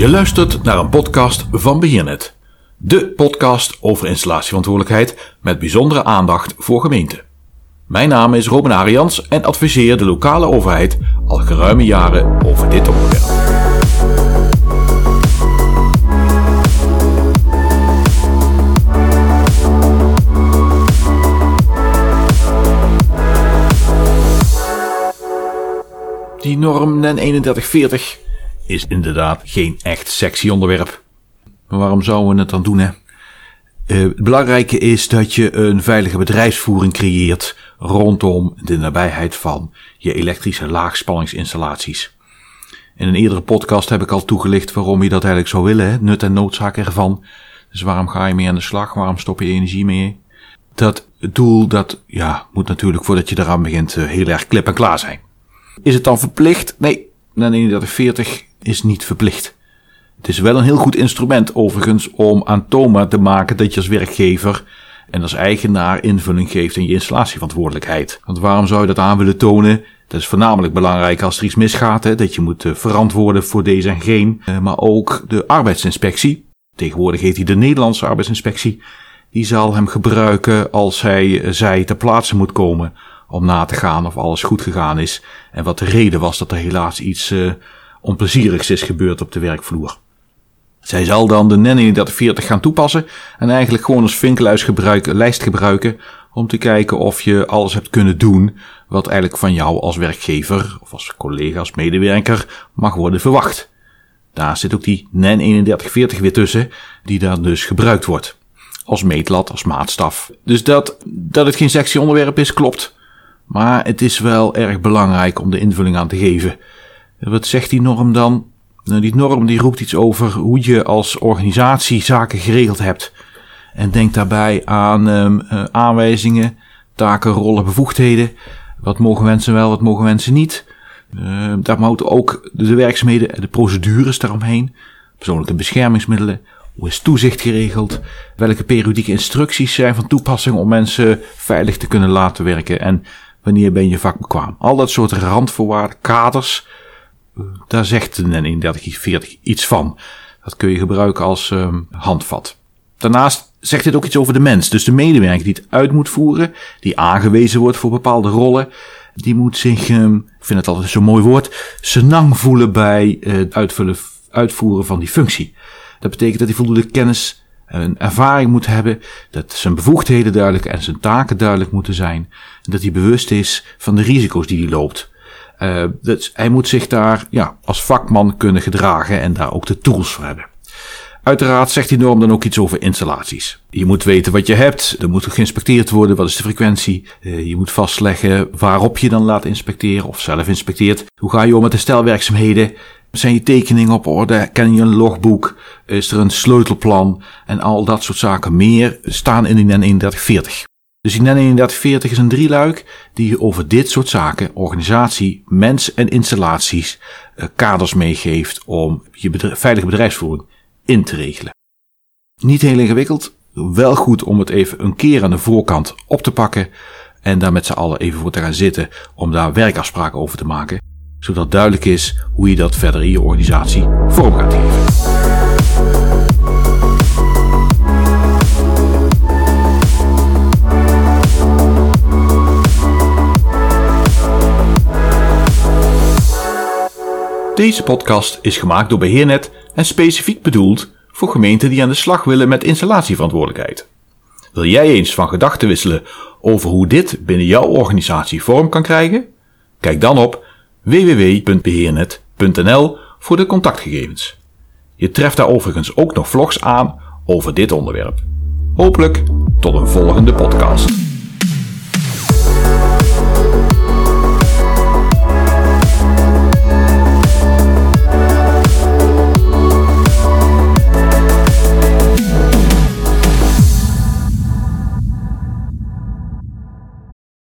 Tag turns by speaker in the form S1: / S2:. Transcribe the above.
S1: Je luistert naar een podcast van Beheernet. De podcast over installatieverantwoordelijkheid met bijzondere aandacht voor gemeenten. Mijn naam is Robin Arians en adviseer de lokale overheid al geruime jaren over dit onderwerp. Die norm NEN 3140 is inderdaad geen echt sexy onderwerp. Maar waarom zouden we het dan doen, hè? Het belangrijke is dat je een veilige bedrijfsvoering creëert rondom de nabijheid van je elektrische laagspanningsinstallaties. In een eerdere podcast heb ik al toegelicht waarom je dat eigenlijk zou willen, hè? Nut en noodzaak ervan. Dus waarom ga je mee aan de slag? Waarom stop je energie mee? Dat doel, moet natuurlijk voordat je eraan begint heel erg klip en klaar zijn. Is het dan verplicht? Nee, NEN 3140 is niet verplicht. Het is wel een heel goed instrument overigens om aantoonbaar te maken dat je als werkgever en als eigenaar invulling geeft in je installatieverantwoordelijkheid. Want waarom zou je dat aan willen tonen? Dat is voornamelijk belangrijk als er iets misgaat, hè, dat je moet verantwoorden voor deze en geen. Maar ook de arbeidsinspectie, tegenwoordig heet die de Nederlandse arbeidsinspectie, die zal hem gebruiken als zij ter plaatse moet komen om na te gaan of alles goed gegaan is en wat de reden was dat er helaas iets onplezierigs is gebeurd op de werkvloer. Zij zal dan de NEN 3140 gaan toepassen en eigenlijk gewoon als vinkellijst gebruiken om te kijken of je alles hebt kunnen doen wat eigenlijk van jou als werkgever of als collega, als medewerker mag worden verwacht. Daar zit ook die NEN 3140 weer tussen, die dan dus gebruikt wordt als meetlat, als maatstaf. Dus dat het geen sexy onderwerp is, klopt. Maar het is wel erg belangrijk om de invulling aan te geven. Wat zegt die norm dan? Nou, die norm die roept iets over hoe je als organisatie zaken geregeld hebt. En denk daarbij aan aanwijzingen, taken, rollen, bevoegdheden. Wat mogen mensen wel, wat mogen mensen niet. Daar moeten ook de werkzaamheden en de procedures daaromheen. Persoonlijke beschermingsmiddelen. Hoe is toezicht geregeld? Welke periodieke instructies zijn van toepassing om mensen veilig te kunnen laten werken? En wanneer ben je vakbekwaam? Al dat soort randvoorwaarden, kaders, daar zegt de NEN 3140 iets van. Dat kun je gebruiken als handvat. Daarnaast zegt dit ook iets over de mens. Dus de medewerker die het uit moet voeren, die aangewezen wordt voor bepaalde rollen, die moet zich, ik vind het altijd zo'n mooi woord, senang voelen bij het uitvoeren van die functie. Dat betekent dat hij voldoende kennis en ervaring moet hebben, dat zijn bevoegdheden duidelijk en zijn taken duidelijk moeten zijn, en dat hij bewust is van de risico's die hij loopt. Hij moet zich daar als vakman kunnen gedragen en daar ook de tools voor hebben. Uiteraard zegt die norm dan ook iets over installaties. Je moet weten wat je hebt, er moet geïnspecteerd worden, wat is de frequentie. Je moet vastleggen waarop je dan laat inspecteren of zelf inspecteert. Hoe ga je om met de stelwerkzaamheden? Zijn je tekeningen op orde? Ken je een logboek? Is er een sleutelplan? En al dat soort zaken meer staan in die NEN 3140. Dus die NEN 3140 is een drieluik die over dit soort zaken, organisatie, mens en installaties, kaders meegeeft om je veilige bedrijfsvoering in te regelen. Niet heel ingewikkeld, wel goed om het even een keer aan de voorkant op te pakken en daar met z'n allen even voor te gaan zitten om daar werkafspraken over te maken, zodat duidelijk is hoe je dat verder in je organisatie vorm gaat geven. Deze podcast is gemaakt door Beheernet en specifiek bedoeld voor gemeenten die aan de slag willen met installatieverantwoordelijkheid. Wil jij eens van gedachten wisselen over hoe dit binnen jouw organisatie vorm kan krijgen? Kijk dan op www.beheernet.nl voor de contactgegevens. Je treft daar overigens ook nog vlogs aan over dit onderwerp. Hopelijk tot een volgende podcast.